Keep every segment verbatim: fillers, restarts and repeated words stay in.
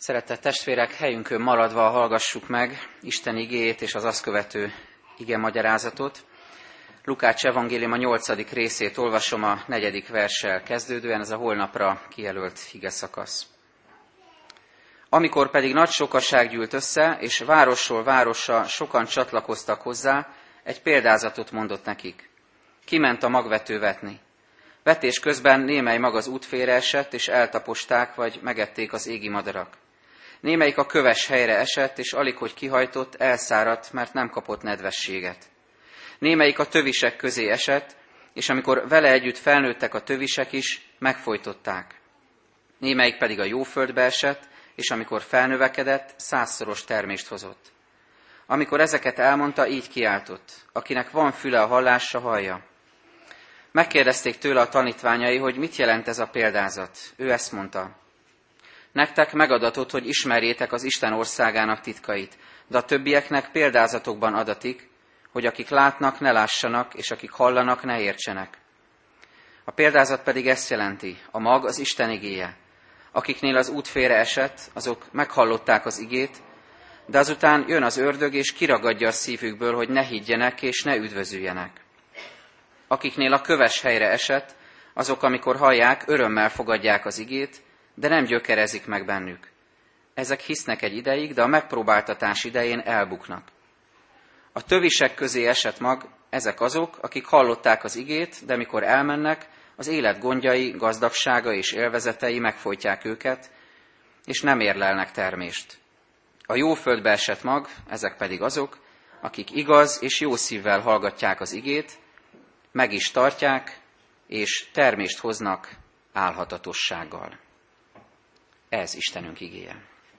Szeretett testvérek, helyünkön maradva hallgassuk meg Isten igéjét és az azt követő igemagyarázatot. Lukács evangélium a nyolcadik részét olvasom a negyedik verssel kezdődően, ez a holnapra kijelölt igeszakasz. Amikor pedig nagy sokaság gyűlt össze, és városról városra sokan csatlakoztak hozzá, egy példázatot mondott nekik. Kiment a magvető vetni. Vetés közben némely mag az útfélre esett, és eltaposták, vagy megették az égi madarak. Némelyik a köves helyre esett, és alig, hogy kihajtott, elszáradt, mert nem kapott nedvességet. Némelyik a tövisek közé esett, és amikor vele együtt felnőttek a tövisek is, megfojtották. Némelyik pedig a jó földbe esett, és amikor felnövekedett, százszoros termést hozott. Amikor ezeket elmondta, így kiáltott: akinek van füle a hallásra, hallja. Megkérdezték tőle a tanítványai, hogy mit jelent ez a példázat. Ő ezt mondta: nektek megadatott, hogy ismerjétek az Isten országának titkait, de a többieknek példázatokban adatik, hogy akik látnak, ne lássanak, és akik hallanak, ne értsenek. A példázat pedig ezt jelenti: a mag az Isten igéje. Akiknél az út félre esett, azok meghallották az igét, de azután jön az ördög, és kiragadja a szívükből, hogy ne higgyenek, és ne üdvözüljenek. Akiknél a köves helyre esett, azok, amikor hallják, örömmel fogadják az igét, de nem gyökerezik meg bennük. Ezek hisznek egy ideig, de a megpróbáltatás idején elbuknak. A tövisek közé esett mag, ezek azok, akik hallották az igét, de mikor elmennek, az élet gondjai, gazdagsága és élvezetei megfojtják őket, és nem érlelnek termést. A jó földbe esett mag, ezek pedig azok, akik igaz és jó szívvel hallgatják az igét, meg is tartják, és termést hoznak álhatatossággal. Ez Istenünk igéje.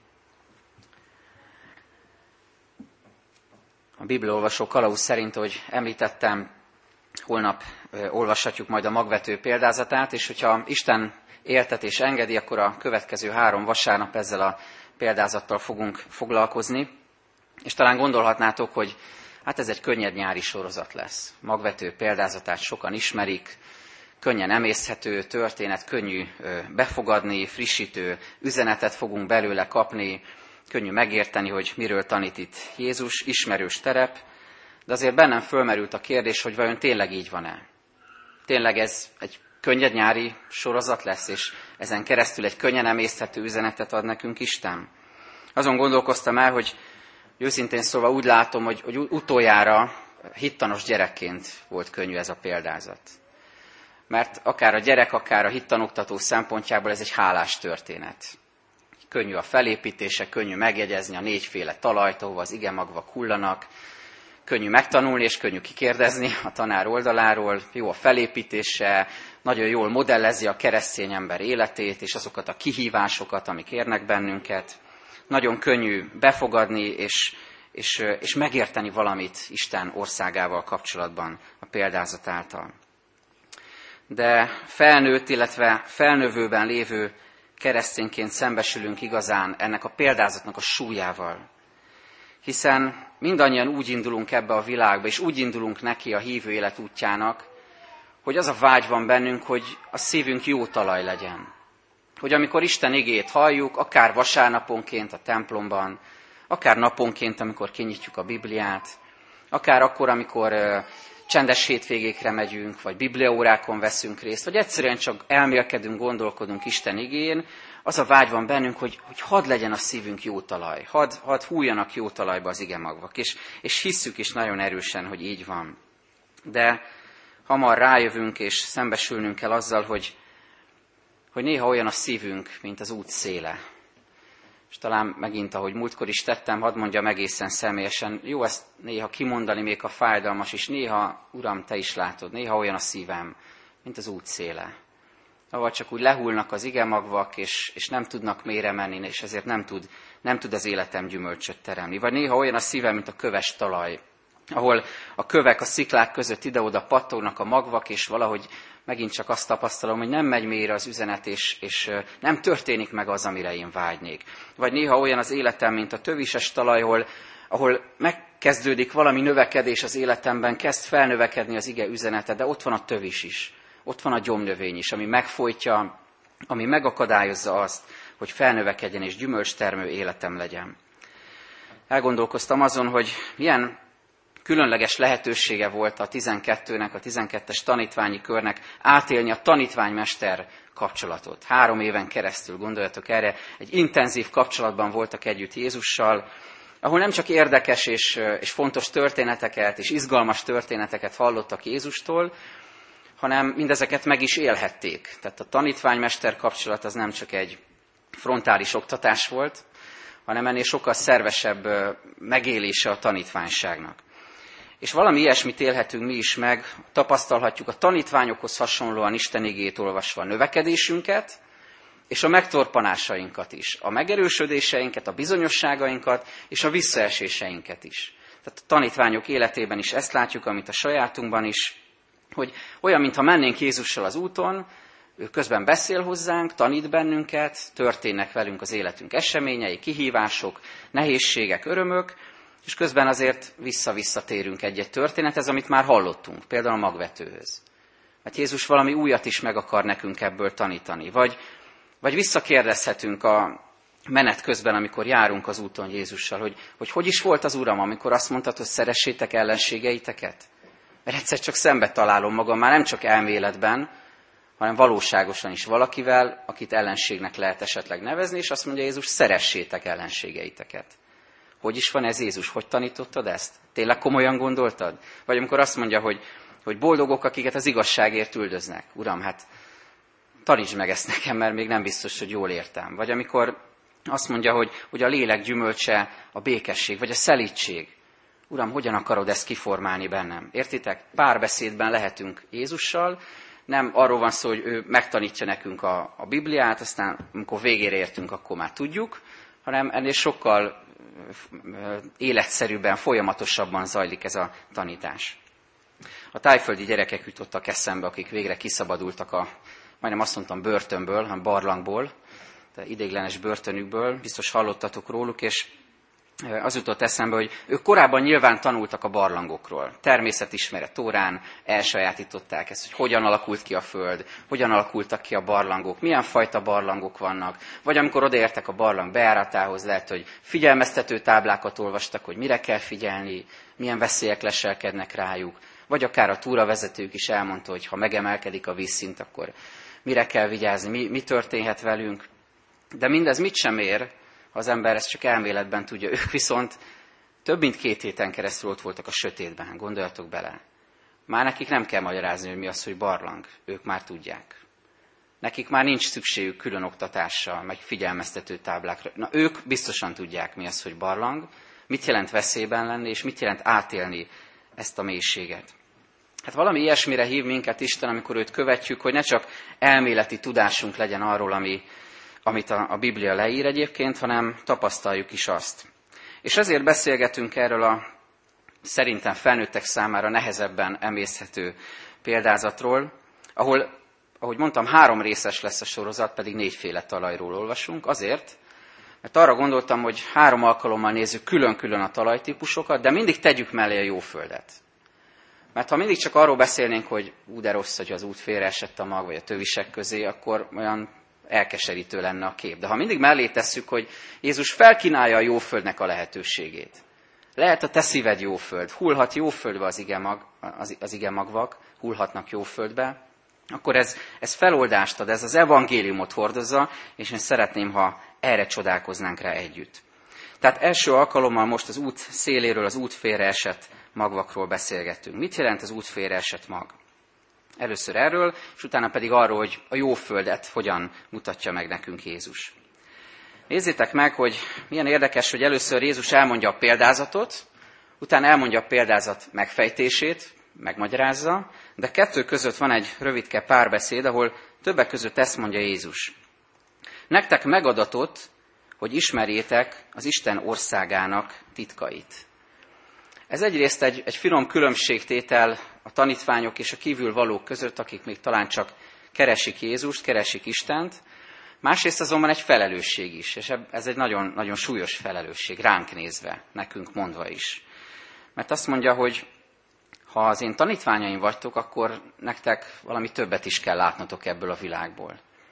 A bibliaolvasó kalauz szerint, hogy említettem, holnap olvashatjuk majd a magvető példázatát, és hogyha Isten éltet és engedi, akkor a következő három vasárnap ezzel a példázattal fogunk foglalkozni. És talán gondolhatnátok, hogy hát ez egy könnyed nyári sorozat lesz. Magvető példázatát sokan ismerik, könnyen emészhető történet, könnyű befogadni, frissítő üzenetet fogunk belőle kapni, könnyű megérteni, hogy miről tanít itt Jézus, ismerős terep, de azért bennem fölmerült a kérdés, hogy vajon tényleg így van-e? Tényleg ez egy könnyed nyári sorozat lesz, és ezen keresztül egy könnyen emészthető üzenetet ad nekünk Isten? Azon gondolkoztam el, hogy őszintén szólva úgy látom, hogy, hogy utoljára hittanos gyerekként volt könnyű ez a példázat. Mert akár a gyerek, akár a hittanoktató szempontjából ez egy hálás történet. Könnyű a felépítése, könnyű megjegyezni a négyféle talajt, ahova az igemagvak hullanak, könnyű megtanulni és könnyű kikérdezni a tanár oldaláról, jó a felépítése, nagyon jól modellezi a keresztény ember életét és azokat a kihívásokat, amik érnek bennünket. Nagyon könnyű befogadni és, és, és megérteni valamit Isten országával kapcsolatban a példázat által. De felnőtt, illetve felnövőben lévő keresztényként szembesülünk igazán ennek a példázatnak a súlyával. Hiszen mindannyian úgy indulunk ebbe a világba, és úgy indulunk neki a hívő élet útjának, hogy az a vágy van bennünk, hogy a szívünk jó talaj legyen. Hogy amikor Isten igét halljuk, akár vasárnaponként a templomban, akár naponként, amikor kinyitjuk a Bibliát, akár akkor, amikor csendes hétvégékre megyünk, vagy bibliaórákon veszünk részt, vagy egyszerűen csak elmélkedünk, gondolkodunk Isten igén, az a vágy van bennünk, hogy, hogy hadd legyen a szívünk jó talaj, hadd, hadd hújjanak jó talajba az igemagvak, és, és hisszük is nagyon erősen, hogy így van. De hamar rájövünk, és szembesülnünk kell azzal, hogy, hogy néha olyan a szívünk, mint az út széle. És talán megint, ahogy múltkor is tettem, hadd mondjam egészen személyesen, jó ezt néha kimondani, még a fájdalmas, és néha, Uram, Te is látod, néha olyan a szívem, mint az út széle. Ahol csak úgy lehullnak az igemagvak, és, és nem tudnak mélyre menni, és ezért nem tud, nem tud az életem gyümölcsöt teremni. Vagy néha olyan a szívem, mint a köves talaj, ahol a kövek a sziklák között ide-oda pattognak a magvak, és valahogy megint csak azt tapasztalom, hogy nem megy mélyre az üzenet, és, és nem történik meg az, amire én vágynék. Vagy néha olyan az életem, mint a tövises talaj, ahol, ahol megkezdődik valami növekedés az életemben, kezd felnövekedni az ige üzenete, de ott van a tövis is. Ott van a gyomnövény is, ami megfojtja, ami megakadályozza azt, hogy felnövekedjen és gyümölcstermő életem legyen. Elgondolkoztam azon, hogy milyen különleges lehetősége volt a tizenkettőnek, a tizenkettes tanítványi körnek átélni a tanítványmester kapcsolatot. Három éven keresztül, gondoljatok erre, egy intenzív kapcsolatban voltak együtt Jézussal, ahol nem csak érdekes és, és fontos történeteket és izgalmas történeteket hallottak Jézustól, hanem mindezeket meg is élhették. Tehát a tanítványmester kapcsolat az nem csak egy frontális oktatás volt, hanem ennél sokkal szervesebb megélése a tanítványságnak. És valami ilyesmit élhetünk mi is meg, tapasztalhatjuk a tanítványokhoz hasonlóan Isten igéjét olvasva a növekedésünket, és a megtorpanásainkat is, a megerősödéseinket, a bizonyosságainkat, és a visszaeséseinket is. Tehát a tanítványok életében is ezt látjuk, amit a sajátunkban is, hogy olyan, mintha mennénk Jézussal az úton, ő közben beszél hozzánk, tanít bennünket, történnek velünk az életünk eseményei, kihívások, nehézségek, örömök, és közben azért vissza-visszatérünk egy-egy történethez, amit már hallottunk, például a magvetőhöz. Mert Jézus valami újat is meg akar nekünk ebből tanítani. Vagy, vagy visszakérdezhetünk a menet közben, amikor járunk az úton Jézussal, hogy, hogy hogy is volt az Uram, amikor azt mondtad, hogy szeressétek ellenségeiteket? Mert egyszer csak szembe találom magam, már nem csak elméletben, hanem valóságosan is valakivel, akit ellenségnek lehet esetleg nevezni, és azt mondja Jézus, szeressétek ellenségeiteket. Hogy is van ez, Jézus? Hogy tanítottad ezt? Tényleg komolyan gondoltad? Vagy amikor azt mondja, hogy, hogy boldogok, akiket az igazságért üldöznek. Uram, hát tanítsd meg ezt nekem, mert még nem biztos, hogy jól értem. Vagy amikor azt mondja, hogy, hogy a lélek gyümölcse a békesség, vagy a szelídség. Uram, hogyan akarod ezt kiformálni bennem? Értitek? Párbeszédben lehetünk Jézussal, nem arról van szó, hogy ő megtanítja nekünk a, a Bibliát, aztán amikor végére értünk, akkor már tudjuk, hanem ennél sokkal életszerűbben, folyamatosabban zajlik ez a tanítás. A tájföldi gyerekek jutottak eszembe, akik végre kiszabadultak a, majdnem azt mondtam börtönből, hanem barlangból, de ideiglenes börtönükből, biztos hallottatok róluk, és az jutott eszembe, hogy ők korábban nyilván tanultak a barlangokról. Természetismeret órán elsajátították ezt, hogy hogyan alakult ki a föld, hogyan alakultak ki a barlangok, milyen fajta barlangok vannak. Vagy amikor odaértek a barlang bejáratához, lehet, hogy figyelmeztető táblákat olvastak, hogy mire kell figyelni, milyen veszélyek leselkednek rájuk. Vagy akár a túravezetők is elmondta, hogy ha megemelkedik a vízszint, akkor mire kell vigyázni, mi, mi történhet velünk. De mindez mit sem ér, ha az ember ezt csak elméletben tudja. Ők viszont több mint két héten keresztül ott voltak a sötétben, gondoljatok bele. Már nekik nem kell magyarázni, hogy mi az, hogy barlang. Ők már tudják. Nekik már nincs szükségük külön oktatásra, meg figyelmeztető táblákra. Na, ők biztosan tudják, mi az, hogy barlang, mit jelent veszélyben lenni, és mit jelent átélni ezt a mélységet. Hát valami ilyesmire hív minket Isten, amikor őt követjük, hogy ne csak elméleti tudásunk legyen arról, ami amit a, a Biblia leír egyébként, hanem tapasztaljuk is azt. És ezért beszélgetünk erről a szerintem felnőttek számára nehezebben emészhető példázatról, ahol, ahogy mondtam, három részes lesz a sorozat, pedig négyféle talajról olvasunk. Azért, mert arra gondoltam, hogy három alkalommal nézzük külön-külön a talajtípusokat, de mindig tegyük mellé a jó földet. Mert ha mindig csak arról beszélnénk, hogy ú, de rossz, hogy az út félreesett a mag, vagy a tövisek közé, akkor olyan elkeserítő lenne a kép. De ha mindig mellé tesszük, hogy Jézus felkínálja a jó földnek a lehetőségét. Lehet a te szíved jó föld, hullhat jó földbe az igemag, az, az igemagvak, hullhatnak jó földbe, akkor ez, ez feloldást ad, ez az evangéliumot hordozza, és én szeretném, ha erre csodálkoznánk rá együtt. Tehát első alkalommal most az út széléről, az út félreesett magvakról beszélgettünk. Mit jelent az út félreesett mag? Először erről, és utána pedig arról, hogy a jó földet hogyan mutatja meg nekünk Jézus. Nézzétek meg, hogy milyen érdekes, hogy először Jézus elmondja a példázatot, utána elmondja a példázat megfejtését, megmagyarázza, de kettő között van egy rövidke párbeszéd, ahol többek között ezt mondja Jézus. Nektek megadatott, hogy ismerjétek az Isten országának titkait. Ez egyrészt egy, egy finom különbségtétel a tanítványok és a kívül valók között, akik még talán csak keresik Jézust, keresik Istent. Másrészt azonban egy felelősség is, és ez egy nagyon, nagyon súlyos felelősség, ránk nézve, nekünk mondva is. Mert azt mondja, hogy ha az én tanítványaim vagytok, akkor nektek valami többet is kell látnotok ebből a világból.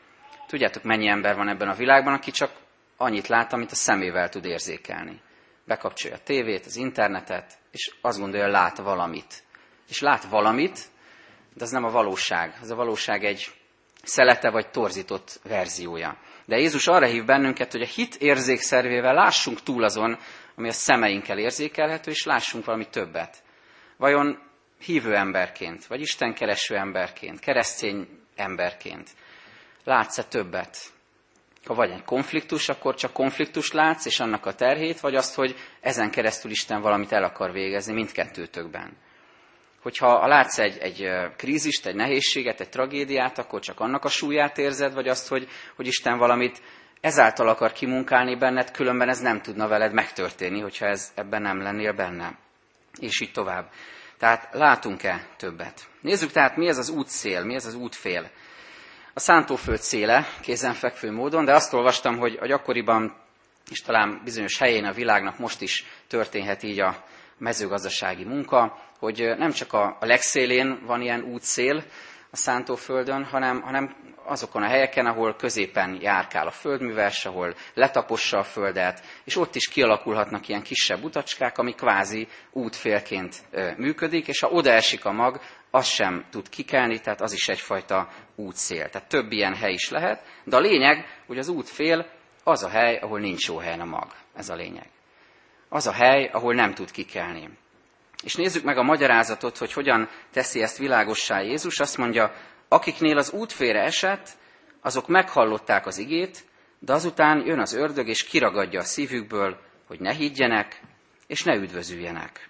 Tudjátok, mennyi ember van ebben a világban, aki csak annyit lát, amit a szemével tud érzékelni. Bekapcsolja a tévét, az internetet, és azt gondolja, lát valamit. És lát valamit, de az nem a valóság. Az a valóság egy szelete vagy torzított verziója. De Jézus arra hív bennünket, hogy a hit érzékszervével lássunk túl azon, ami a szemeinkkel érzékelhető, és lássunk valami többet. Vajon hívő emberként, vagy istenkereső emberként, keresztény emberként látsz-e többet? Ha vagy egy konfliktus, akkor csak konfliktust látsz, és annak a terhét, vagy azt, hogy ezen keresztül Isten valamit el akar végezni mindkettőtökben. Hogyha látsz egy, egy krízist, egy nehézséget, egy tragédiát, akkor csak annak a súlyát érzed, vagy azt, hogy, hogy Isten valamit ezáltal akar kimunkálni benned, különben ez nem tudna veled megtörténni, hogyha ez, ebben nem lennél benne. És így tovább. Tehát látunk-e többet? Nézzük tehát, mi ez az útszél, mi ez az útfél. A szántóföld széle, kézenfekvő módon, de azt olvastam, hogy, hogy akkoriban, és talán bizonyos helyén a világnak most is történhet így a mezőgazdasági munka, hogy nem csak a, a legszélén van ilyen útszél a szántóföldön, hanem, hanem azokon a helyeken, ahol középen járkál a földműves, ahol letapossa a földet, és ott is kialakulhatnak ilyen kisebb utacskák, ami kvázi útfélként működik, és ha odaesik a mag, az sem tud kikelni, tehát az is egyfajta útszél. Tehát több ilyen hely is lehet, de a lényeg, hogy az útfél az a hely, ahol nincs jó helyen a mag. Ez a lényeg. Az a hely, ahol nem tud kikelni. És nézzük meg a magyarázatot, hogy hogyan teszi ezt világossá Jézus. Azt mondja, akiknél az útfélre esett, azok meghallották az igét, de azután jön az ördög, és kiragadja a szívükből, hogy ne higgyenek, és ne üdvözüljenek.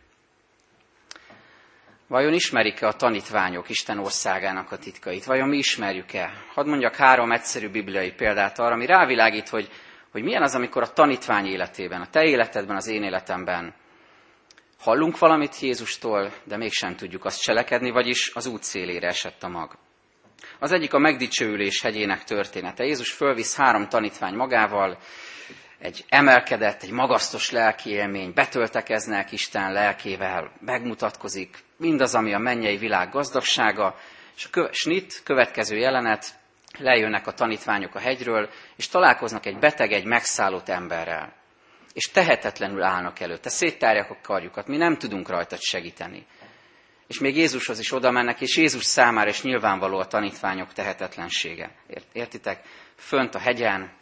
Vajon ismerik-e a tanítványok Isten országának a titkait? Vajon mi ismerjük-e? Hadd mondjak három egyszerű bibliai példát arra, ami rávilágít, hogy, hogy milyen az, amikor a tanítvány életében, a te életedben, az én életemben hallunk valamit Jézustól, de mégsem tudjuk azt cselekedni, vagyis az út szélére esett a mag. Az egyik a megdicsőülés hegyének története. Jézus fölvisz három tanítvány magával, egy emelkedett, egy magasztos lelki élmény, betöltekeznek Isten lelkével, megmutatkozik mindaz, ami a mennyei világ gazdagsága, és a kö- snit, következő jelenet, lejönnek a tanítványok a hegyről, és találkoznak egy beteg, egy megszállott emberrel. És tehetetlenül állnak előtte, széttárják a karjukat, mi nem tudunk rajta segíteni. És még Jézushoz is oda mennek, és Jézus számára is nyilvánvaló a tanítványok tehetetlensége. Értitek? Fönt a hegyen,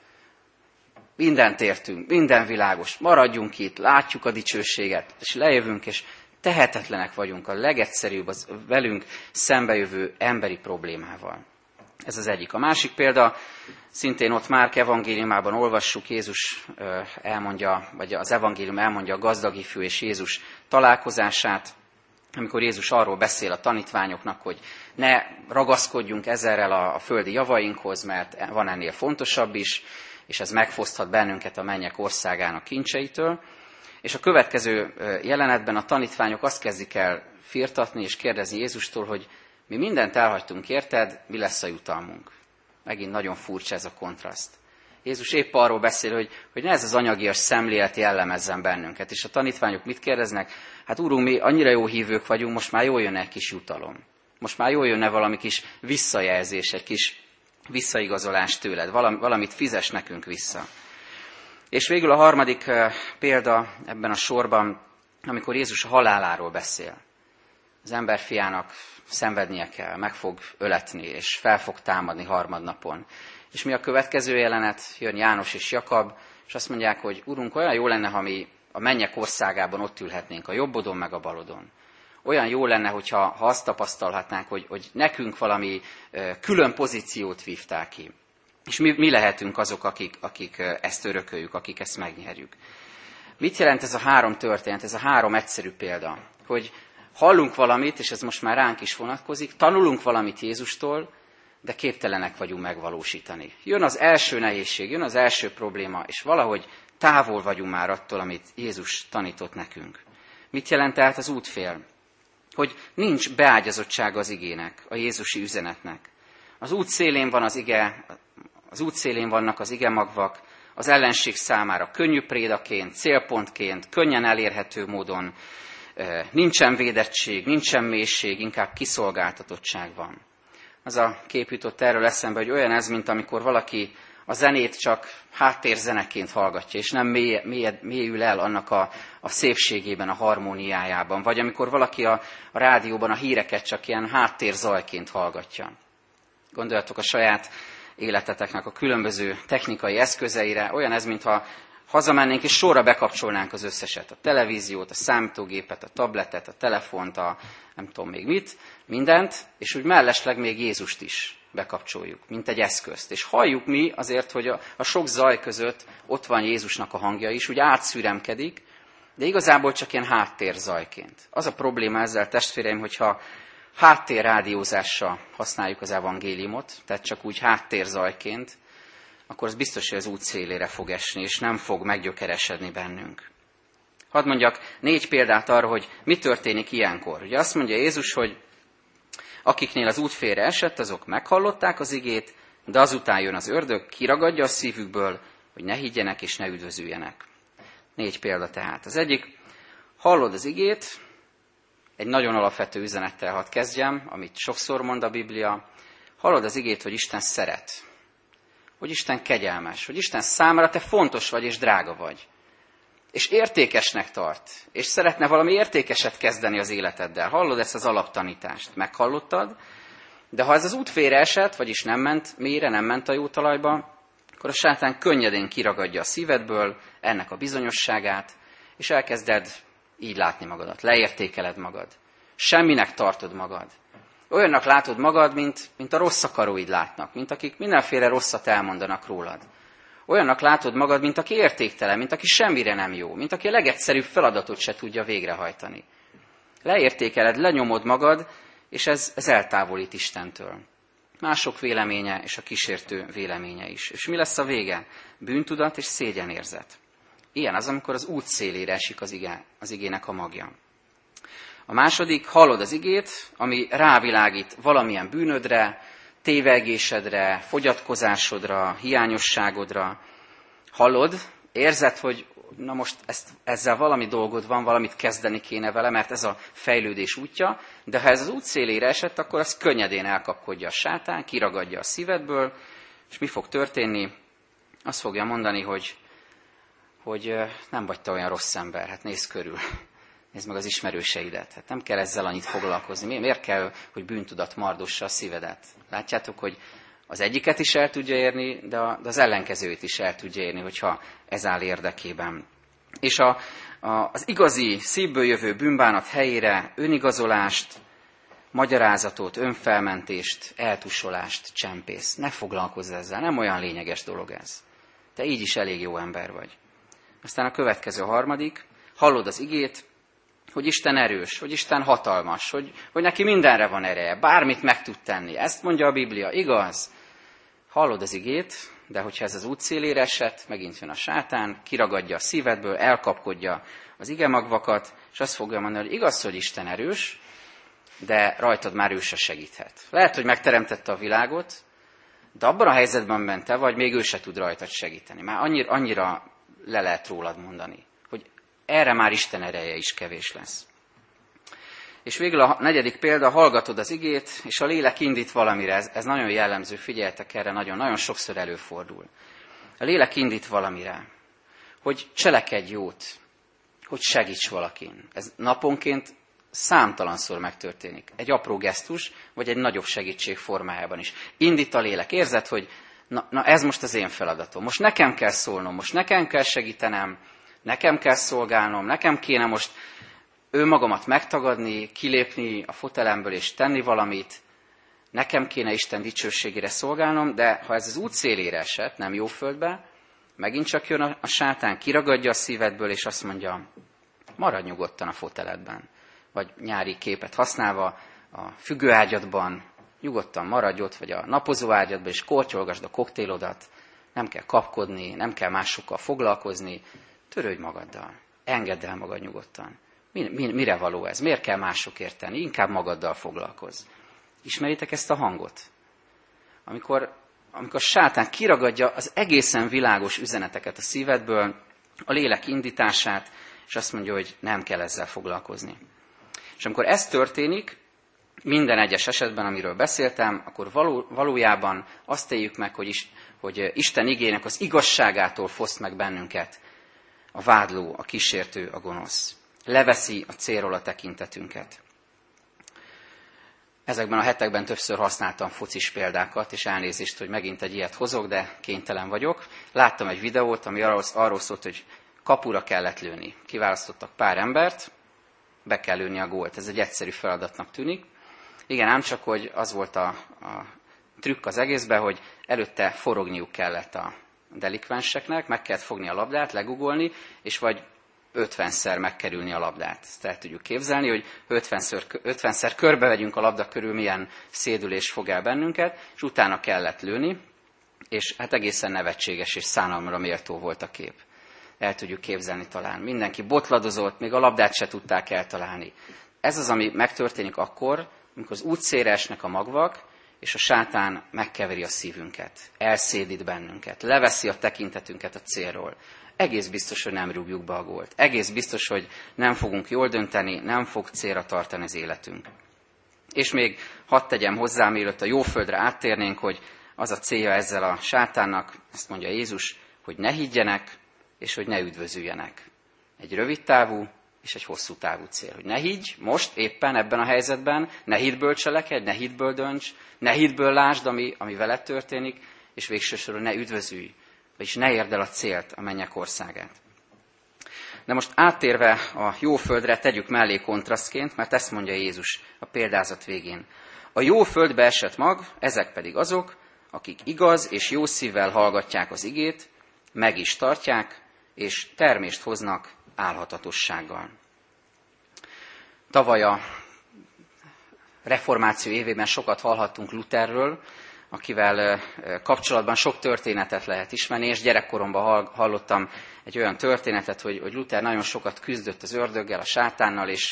mindent értünk, minden világos, maradjunk itt, látjuk a dicsőséget, és lejövünk, és tehetetlenek vagyunk a legegyszerűbb az velünk szembejövő emberi problémával. Ez az egyik. A másik példa, szintén ott Márk evangéliumában olvassuk, Jézus elmondja, vagy az evangélium elmondja a gazdag ifjú és Jézus találkozását, amikor Jézus arról beszél a tanítványoknak, hogy ne ragaszkodjunk ezerrel a földi javainkhoz, mert van ennél fontosabb is, és ez megfoszthat bennünket a mennyek országának kincseitől. És a következő jelenetben a tanítványok azt kezdik el firtatni, és kérdezi Jézustól, hogy mi mindent elhagytunk, érted, mi lesz a jutalmunk? Megint nagyon furcsa ez a kontraszt. Jézus épp arról beszél, hogy, hogy ne ez az anyagias szemlélet jellemezzen bennünket. És a tanítványok mit kérdeznek? Hát úrunk, mi annyira jó hívők vagyunk, most már jól jönne egy kis jutalom. Most már jól jönne valami kis visszajelzés, egy kis visszaigazolás tőled, valamit fizes nekünk vissza. És végül a harmadik példa ebben a sorban, amikor Jézus a haláláról beszél. Az emberfiának szenvednie kell, meg fog öletni, és fel fog támadni harmadnapon. És mi a következő jelenet? Jön János és Jakab, és azt mondják, hogy Urunk, olyan jó lenne, ha mi a mennyek országában ott ülhetnénk, a jobbodon meg a balodon. Olyan jó lenne, hogyha ha azt tapasztalhatnánk, hogy, hogy nekünk valami külön pozíciót vívták ki. És mi, mi lehetünk azok, akik, akik ezt örököljük, akik ezt megnyerjük. Mit jelent ez a három történet, ez a három egyszerű példa? Hogy hallunk valamit, és ez most már ránk is vonatkozik, tanulunk valamit Jézustól, de képtelenek vagyunk megvalósítani. Jön az első nehézség, jön az első probléma, és valahogy távol vagyunk már attól, amit Jézus tanított nekünk. Mit jelent tehát az útfél? Hogy nincs beágyazottsága az igének, a jézusi üzenetnek. Az út szélén van az ige, az út szélén vannak az igemagvak, az ellenség számára könnyű prédaként, célpontként, könnyen elérhető módon, nincsen védettség, nincsen mélység, inkább kiszolgáltatottság van. az a kép jutott erről eszembe, hogy olyan ez, mint amikor valaki a zenét csak háttérzeneként hallgatja, és nem mély, mély, mélyül el annak a, a szépségében, a harmóniájában. Vagy amikor valaki a, a rádióban a híreket csak ilyen háttérzajként hallgatja. Gondoljatok a saját életeteknek a különböző technikai eszközeire. Olyan ez, mintha hazamennénk és sorra bekapcsolnánk az összeset. A televíziót, a számítógépet, a tabletet, a telefont, a nem tudom még mit, mindent, és úgy mellesleg még Jézust is bekapcsoljuk, mint egy eszközt. És halljuk mi azért, hogy a, a sok zaj között ott van Jézusnak a hangja is, úgy átszüremkedik, de igazából csak ilyen háttérzajként. Az a probléma ezzel, testvéreim, hogyha háttérrádiózással használjuk az evangéliumot, tehát csak úgy háttérzajként, akkor az biztos, hogy az út szélére fog esni, és nem fog meggyökeresedni bennünk. Hadd mondjak négy példát arra, hogy mi történik ilyenkor. Ugye azt mondja Jézus, hogy akiknél az út félre esett, azok meghallották az igét, de azután jön az ördög, kiragadja a szívükből, hogy ne higgyenek és ne üdvözüljenek. Négy példa tehát. Az egyik, hallod az igét, egy nagyon alapvető üzenettel hadd kezdjem, amit sokszor mond a Biblia. Hallod az igét, hogy Isten szeret, hogy Isten kegyelmes, hogy Isten számára te fontos vagy és drága vagy. És értékesnek tart, és szeretne valami értékeset kezdeni az életeddel. Hallod ezt az alaptanítást? Meghallottad? De ha ez az út félre esett, vagyis nem ment mélyre, nem ment a jó talajba, akkor a sátán könnyedén kiragadja a szívedből ennek a bizonyosságát, és elkezded így látni magadat, leértékeled magad. Semminek tartod magad. Olyannak látod magad, mint, mint a rossz akaróid látnak, mint akik mindenféle rosszat elmondanak rólad. Olyannak látod magad, mint aki értéktelen, mint aki semmire nem jó, mint aki a legegyszerűbb feladatot se tudja végrehajtani. Leértékeled, lenyomod magad, és ez, ez eltávolít Istentől. Mások véleménye és a kísértő véleménye is. És mi lesz a vége? Bűntudat és szégyenérzet. Ilyen az, amikor az út szélére esik az, igé, az igének a magja. A második, hallod az igét, ami rávilágít valamilyen bűnödre, tévegésedre, fogyatkozásodra, hiányosságodra. Hallod, érzed, hogy na most ezt, ezzel valami dolgod van, valamit kezdeni kéne vele, mert ez a fejlődés útja, de ha ez az út szélére esett, akkor az könnyedén elkapkodja a sátán, kiragadja a szívedből, és mi fog történni? Azt fogja mondani, hogy, hogy nem vagy te olyan rossz ember, hát nézz körül. Nézd meg az ismerőseidet. Hát nem kell ezzel annyit foglalkozni. Miért kell, hogy bűntudat mardossa a szívedet? Látjátok, hogy az egyiket is el tudja érni, de az ellenkezőt is el tudja érni, hogyha ez áll érdekében. És a, a, az igazi, szívből jövő bűnbánat helyére önigazolást, magyarázatot, önfelmentést, eltusolást csempész. Ne foglalkozz ezzel, nem olyan lényeges dolog ez. Te így is elég jó ember vagy. Aztán a következő, a harmadik, hallod az igét, hogy Isten erős, hogy Isten hatalmas, hogy, hogy neki mindenre van ereje, bármit meg tud tenni. Ezt mondja a Biblia, igaz? Hallod az igét, de hogyha ez az út szélére esett, megint jön a sátán, kiragadja a szívedből, elkapkodja az igemagvakat, és azt fogja mondani, hogy igaz, hogy Isten erős, de rajtad már ő se segíthet. Lehet, hogy megteremtette a világot, de abban a helyzetben, amiben te vagy, még ő se tud rajtad segíteni. Már annyira, annyira le lehet rólad mondani, hogy erre már Isten ereje is kevés lesz. És végül a negyedik példa, hallgatod az igét, és a lélek indít valamire. Ez, ez nagyon jellemző, figyeljetek erre, nagyon, nagyon sokszor előfordul. A lélek indít valamire, hogy cselekedj jót, hogy segíts valakin. Ez naponként számtalanszor megtörténik. Egy apró gesztus, vagy egy nagyobb segítség formájában is. Indít a lélek. Érzed, hogy na, na ez most az én feladatom. Most nekem kell szólnom, most nekem kell segítenem, nekem kell szolgálnom, nekem kéne most önmagamat megtagadni, kilépni a fotelemből és tenni valamit, nekem kéne Isten dicsőségére szolgálnom, de ha ez az út szélére esett, nem jó földbe, megint csak jön a, a sátán, kiragadja a szívedből, és azt mondja, maradj nyugodtan a foteledben. Vagy nyári képet használva, a függőágyadban, nyugodtan maradj ott, vagy a napozóágyadban, és kortyolgasd a koktélodat, nem kell kapkodni, nem kell másokkal foglalkozni, törődj magaddal, engedd el magad nyugodtan. Mire való ez? Miért kell másokért tenni? Inkább magaddal foglalkozz. Ismeritek ezt a hangot? Amikor, amikor sátán kiragadja az egészen világos üzeneteket a szívedből, a lélek indítását, és azt mondja, hogy nem kell ezzel foglalkozni. És amikor ez történik, minden egyes esetben, amiről beszéltem, akkor való, valójában azt éljük meg, hogy, is, hogy Isten igének az igazságától foszt meg bennünket a vádló, a kísértő, a gonosz. Leveszi a célról a tekintetünket. Ezekben a hetekben többször használtam focis példákat, és elnézést, hogy megint egy ilyet hozok, de kénytelen vagyok. Láttam egy videót, ami arról, arról szólt, hogy kapura kellett lőni. Kiválasztottak pár embert, be kell lőni a gólt. Ez egy egyszerű feladatnak tűnik. Igen, ám csak, hogy az volt a, a trükk az egészben, hogy előtte forogniuk kellett a delikvenseknek, meg kellett fogni a labdát, legugolni, és vagy ötvenszer megkerülni a labdát. Ezt el tudjuk képzelni, hogy ötvenszer, ötvenszer körbevegyünk a labda körül, milyen szédülés fog el bennünket, és utána kellett lőni, és hát egészen nevetséges és szánalomra méltó volt a kép. El tudjuk képzelni talán. Mindenki botladozott, még a labdát se tudták eltalálni. Ez az, ami megtörténik akkor, amikor az útszélre esnek a magvak, és a sátán megkeveri a szívünket, elszédít bennünket, leveszi a tekintetünket a célról. Egész biztos, hogy nem rúgjuk be a gólt. Egész biztos, hogy nem fogunk jól dönteni, nem fog célra tartani az életünk. És még hadd tegyem hozzá, mielőtt a jó földre áttérnénk, hogy az a célja ezzel a sátánnak, ezt mondja Jézus, hogy ne higgyenek, és hogy ne üdvözüljenek. Egy rövid távú és egy hosszú távú cél. Hogy ne higgy most, éppen ebben a helyzetben, ne hitből cselekedj, ne hitből dönts, ne hitből lásd, ami, ami veled történik, és végső soron ne üdvözülj, vagyis ne érd el a célt, a mennyek országát. De most áttérve a jó földre, tegyük mellé kontrasztként, mert ezt mondja Jézus a példázat végén. A jó földbe esett mag, ezek pedig azok, akik igaz és jó szívvel hallgatják az igét, meg is tartják, és termést hoznak álhatatossággal. Tavaly a reformáció évében sokat hallhattunk Lutherről, akivel kapcsolatban sok történetet lehet ismerni, és gyerekkoromban hallottam egy olyan történetet, hogy, hogy Luther nagyon sokat küzdött az ördöggel, a sátánnal, és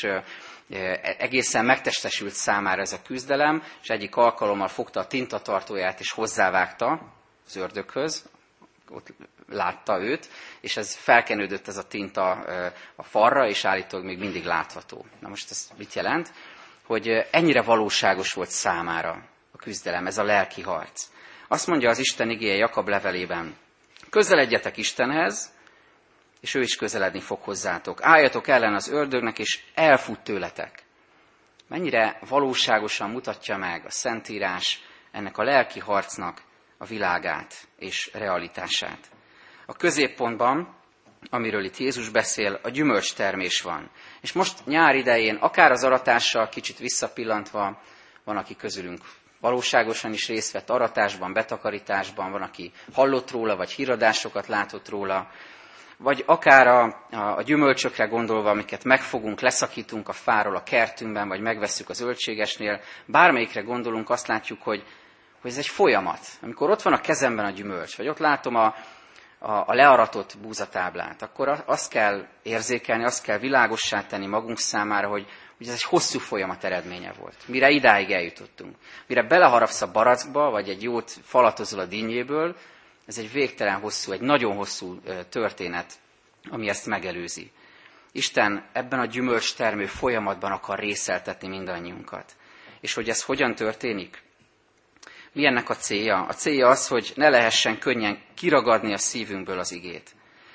egészen megtestesült számára ez a küzdelem, és egyik alkalommal fogta a tintatartóját, és hozzávágta az ördöghöz, ott látta őt, és ez felkenődött ez a tinta a farra, és állítólag még mindig látható. Na most ez mit jelent? Hogy ennyire valóságos volt számára a küzdelem, ez a lelki harc. Azt mondja az Isten igéje Jakab levelében, közeledjetek Istenhez, és ő is közeledni fog hozzátok. Álljatok ellen az ördögnek, és elfut tőletek. Mennyire valóságosan mutatja meg a Szentírás ennek a lelki harcnak a világát és realitását. A középpontban, amiről itt Jézus beszél, a gyümölcstermés van. És most nyár idején, akár az aratással kicsit visszapillantva, van, aki közülünk valóságosan is részt vett aratásban, betakarításban, van, aki hallott róla, vagy híradásokat látott róla, vagy akár a, a, a gyümölcsökre gondolva, amiket megfogunk, leszakítunk a fáról a kertünkben, vagy megvesszük a zöldségesnél, bármelyikre gondolunk, azt látjuk, hogy, hogy ez egy folyamat. Amikor ott van a kezemben a gyümölcs, vagy ott látom a, a, a learatott búzatáblát, akkor azt kell érzékelni, azt kell világossá tenni magunk számára, hogy, hogy ez egy hosszú folyamat eredménye volt. Mire idáig eljutottunk. Mire beleharapsz a barackba, vagy egy jót falatozol a dinnyéből, ez egy végtelen hosszú, egy nagyon hosszú történet, ami ezt megelőzi. Isten ebben a gyümölcstermő folyamatban akar részeltetni mindannyiunkat. És hogy ez hogyan történik? Mi ennek a célja? A célja az, hogy ne lehessen könnyen kiragadni a szívünkből az igét.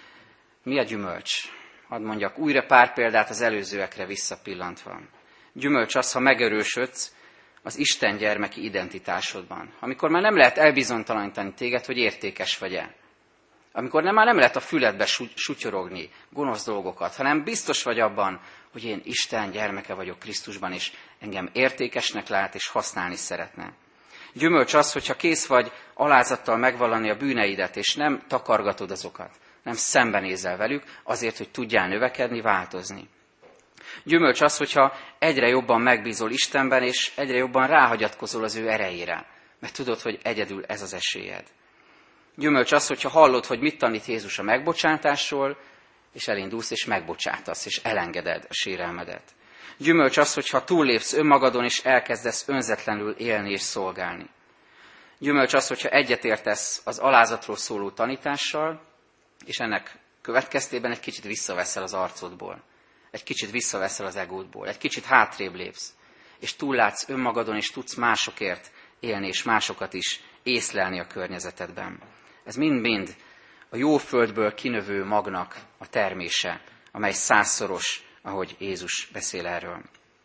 Mi a gyümölcs? Hadd mondjak újra pár példát az előzőekre visszapillantva. Gyümölcs az, ha megerősödsz az Isten gyermeki identitásodban. Amikor már nem lehet elbizonytalanítani téged, hogy értékes vagy-e. Amikor nem, már nem lehet a füledbe sutyorogni gonosz dolgokat, hanem biztos vagy abban, hogy én Isten gyermeke vagyok Krisztusban, és engem értékesnek lát, és használni szeretne. Gyümölcs az, hogyha kész vagy alázattal megvallani a bűneidet, és nem takargatod azokat, nem szembenézel velük, azért, hogy tudjál növekedni, változni. Gyümölcs az, hogyha egyre jobban megbízol Istenben, és egyre jobban ráhagyatkozol az ő erejére, mert tudod, hogy egyedül ez az esélyed. Gyümölcs az, hogyha hallod, hogy mit tanít Jézus a megbocsátásról, és elindulsz, és megbocsátasz, és elengeded a sérelmedet. Gyümölcs az, hogyha túllépsz önmagadon, és elkezdesz önzetlenül élni és szolgálni. Gyümölcs az, hogyha egyetértesz az alázatról szóló tanítással, és ennek következtében egy kicsit visszaveszel az arcodból. Egy kicsit visszaveszel az egódból, egy kicsit hátrébb lépsz. és túllátsz önmagadon, és tudsz másokért élni, és másokat is észlelni a környezetedben. Ez mind-mind a jó földből kinövő magnak a termése, amely százszoros, ahogy Jézus beszél erről.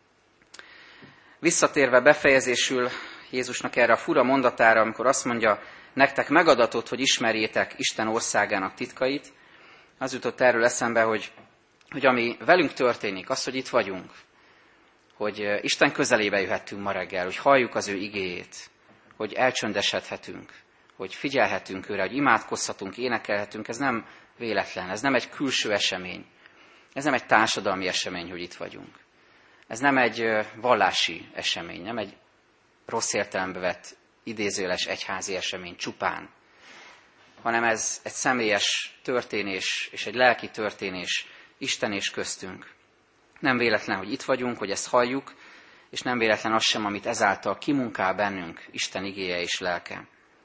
Visszatérve befejezésül Jézusnak erre a fura mondatára, amikor azt mondja, nektek megadatott, hogy ismerjétek Isten országának titkait, az jutott erről eszembe, hogy, hogy ami velünk történik, az, hogy itt vagyunk, hogy Isten közelébe jöhettünk ma reggel, hogy halljuk az ő igéjét, hogy elcsöndesedhetünk, hogy figyelhetünk őre, hogy imádkozhatunk, énekelhetünk, ez nem véletlen, ez nem egy külső esemény, ez nem egy társadalmi esemény, hogy itt vagyunk. Ez nem egy vallási esemény, nem egy rossz értelembe vett idézőjeles egyházi esemény csupán, hanem ez egy személyes történés és egy lelki történés Isten és köztünk. Nem véletlen, hogy itt vagyunk, hogy ezt halljuk, és nem véletlen az sem, amit ezáltal kimunkál bennünk Isten igéje és lelke.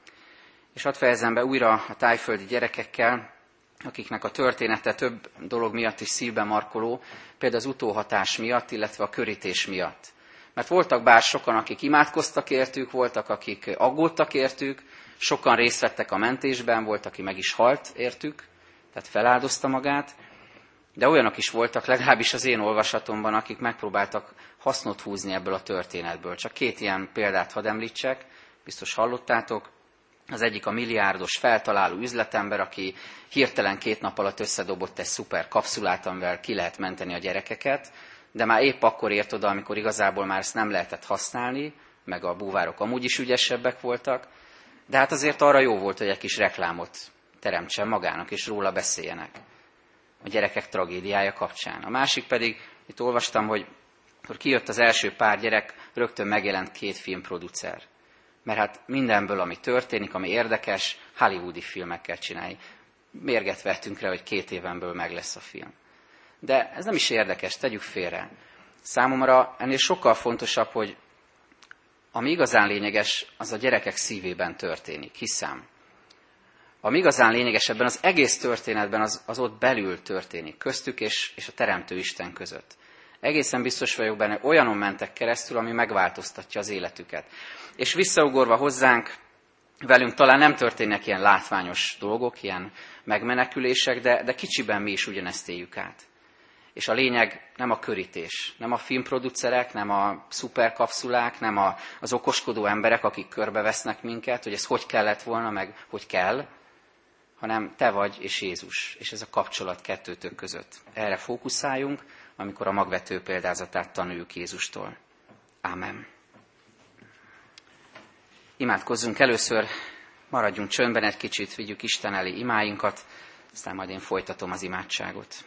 És hadd fejezem be újra a tájföldi gyerekekkel, akiknek a története több dolog miatt is szívbe markoló, például az utóhatás miatt, illetve a körítés miatt. Mert voltak bár sokan, akik imádkoztak értük, voltak, akik aggódtak értük, sokan részt vettek a mentésben, volt, aki meg is halt értük, tehát feláldozta magát, de olyanok is voltak, legalábbis az én olvasatomban, akik megpróbáltak hasznot húzni ebből a történetből. Csak két ilyen példát hadd említsek, biztos hallottátok. Az egyik a milliárdos feltaláló üzletember, aki hirtelen két nap alatt összedobott egy szuper kapszulát, amivel ki lehet menteni a gyerekeket, de már épp akkor ért oda, amikor igazából már ezt nem lehetett használni, meg a búvárok amúgy is ügyesebbek voltak, de hát azért arra jó volt, hogy egy kis reklámot teremtsen magának, és róla beszéljenek a gyerekek tragédiája kapcsán. A másik pedig, itt olvastam, hogy akkor kijött az első pár gyerek, rögtön megjelent két filmproducer. Mert hát mindenből, ami történik, ami érdekes, hollywoodi filmekkel csinálni. Mérget vettünk rá, hogy két évenből meg lesz a film. De ez nem is érdekes, tegyük félre. Számomra ennél sokkal fontosabb, hogy ami igazán lényeges, az a gyerekek szívében történik, hiszem. Ami igazán lényeges ebben az egész történetben, az, az ott belül történik, köztük és, és a Teremtő Isten között. Egészen biztos vagyok benne, olyanon mentek keresztül, ami megváltoztatja az életüket. És visszaugorva hozzánk, velünk talán nem történnek ilyen látványos dolgok, ilyen megmenekülések, de, de kicsiben mi is ugyanezt éljük át. És a lényeg nem a körítés, nem a filmproducerek, nem a szuperkapszulák, nem a, az okoskodó emberek, akik körbevesznek minket, hogy ez hogy kellett volna, meg hogy kell, hanem te vagy és Jézus, és ez a kapcsolat kettőtök között. Erre fókuszáljunk, amikor a magvető példázatát tanuljuk Jézustól. Ámen. Imádkozzunk először, maradjunk csöndben egy kicsit, vigyük Isten elé imáinkat, aztán majd én folytatom az imádságot.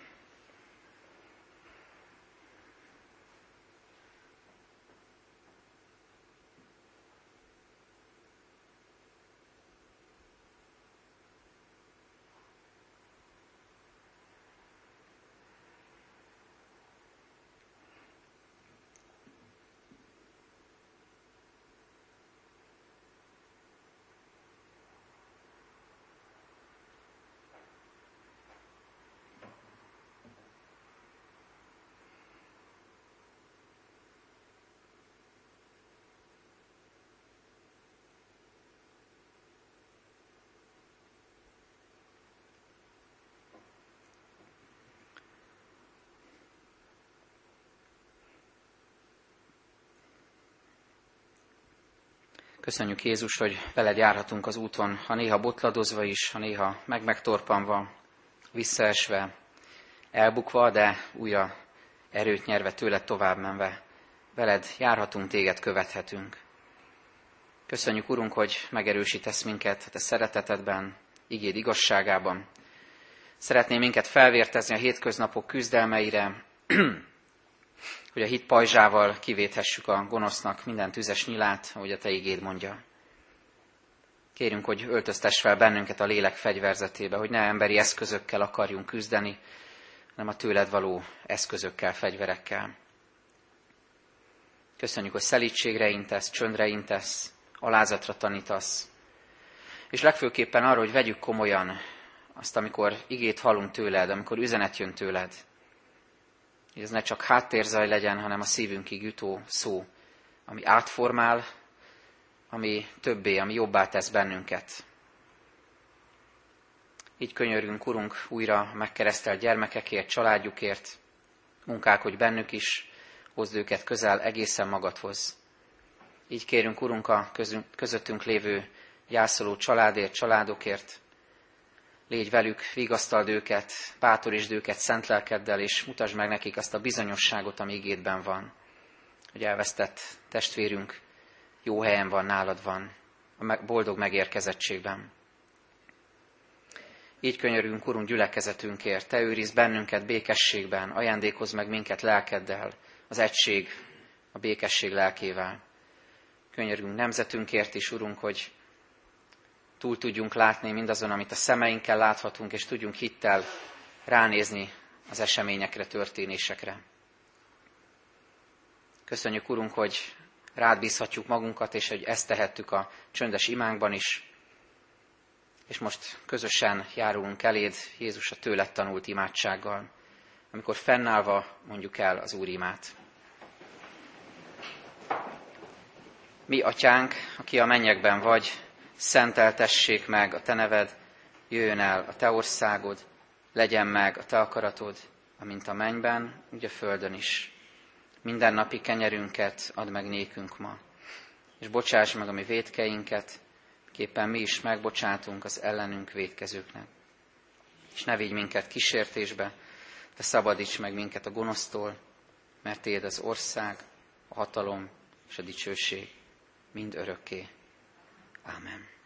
Köszönjük Jézus, hogy veled járhatunk az úton, ha néha botladozva is, ha néha meg-megtorpanva, visszaesve, elbukva, de újra erőt nyerve tőled tovább menve. Veled járhatunk, téged követhetünk. Köszönjük, Urunk, hogy megerősítesz minket a te szeretetedben, igéd igazságában. Szeretném minket felvértezni a hétköznapok küzdelmeire, hogy a hit pajzsával kivéthessük a gonosznak minden tüzes nyilát, ahogy a te igéd mondja. Kérünk, hogy öltöztess fel bennünket a lélek fegyverzetébe, hogy ne emberi eszközökkel akarjunk küzdeni, hanem a tőled való eszközökkel, fegyverekkel. Köszönjük, hogy szelídségre intesz, csöndre intesz, alázatra tanítasz, és legfőképpen arra, hogy vegyük komolyan azt, amikor igét hallunk tőled, amikor üzenet jön tőled, hogy ez ne csak háttérzaj legyen, hanem a szívünkig jutó szó, ami átformál, ami többé, ami jobbá tesz bennünket. Így könyörgünk, Urunk, újra megkeresztelt gyermekekért, családjukért, munkálkodj bennük is, hozd őket közel egészen magadhoz. Így kérünk, Urunk, a közöttünk lévő gyászoló családért, családokért, légy velük, vigasztald őket, bátorítsd őket szent lelkeddel, és mutasd meg nekik azt a bizonyosságot, ami igédben van, hogy elvesztett testvérünk jó helyen van, nálad van, a boldog megérkezettségben. Így könyörülünk, Urunk, gyülekezetünkért, Te őrizd bennünket békességben, ajándékozz meg minket lelkeddel, az egység, a békesség lelkével. Könyörülünk nemzetünkért is, Urunk, hogy túl tudjunk látni mindazon, amit a szemeinkkel láthatunk, és tudjunk hittel ránézni az eseményekre, történésekre. Köszönjük, Urunk, hogy rád bízhatjuk magunkat, és hogy ezt tehettük a csöndes imánkban is. És most közösen járulunk eléd Jézus a tőled tanult imádsággal, amikor fennállva mondjuk el az Úr imát. Mi, Atyánk, aki a mennyekben vagy, szenteltessék meg a Te neved, jöjjön el a Te országod, legyen meg a Te akaratod, amint a mennyben, úgy a földön is. Minden napi kenyerünket add meg nékünk ma, és bocsáss meg a mi vétkeinket, képpen mi is megbocsátunk az ellenünk vétkezőknek. És ne vigy minket kísértésbe, de szabadíts meg minket a gonosztól, mert Tiéd az ország, a hatalom és a dicsőség mind örökké. Ámen.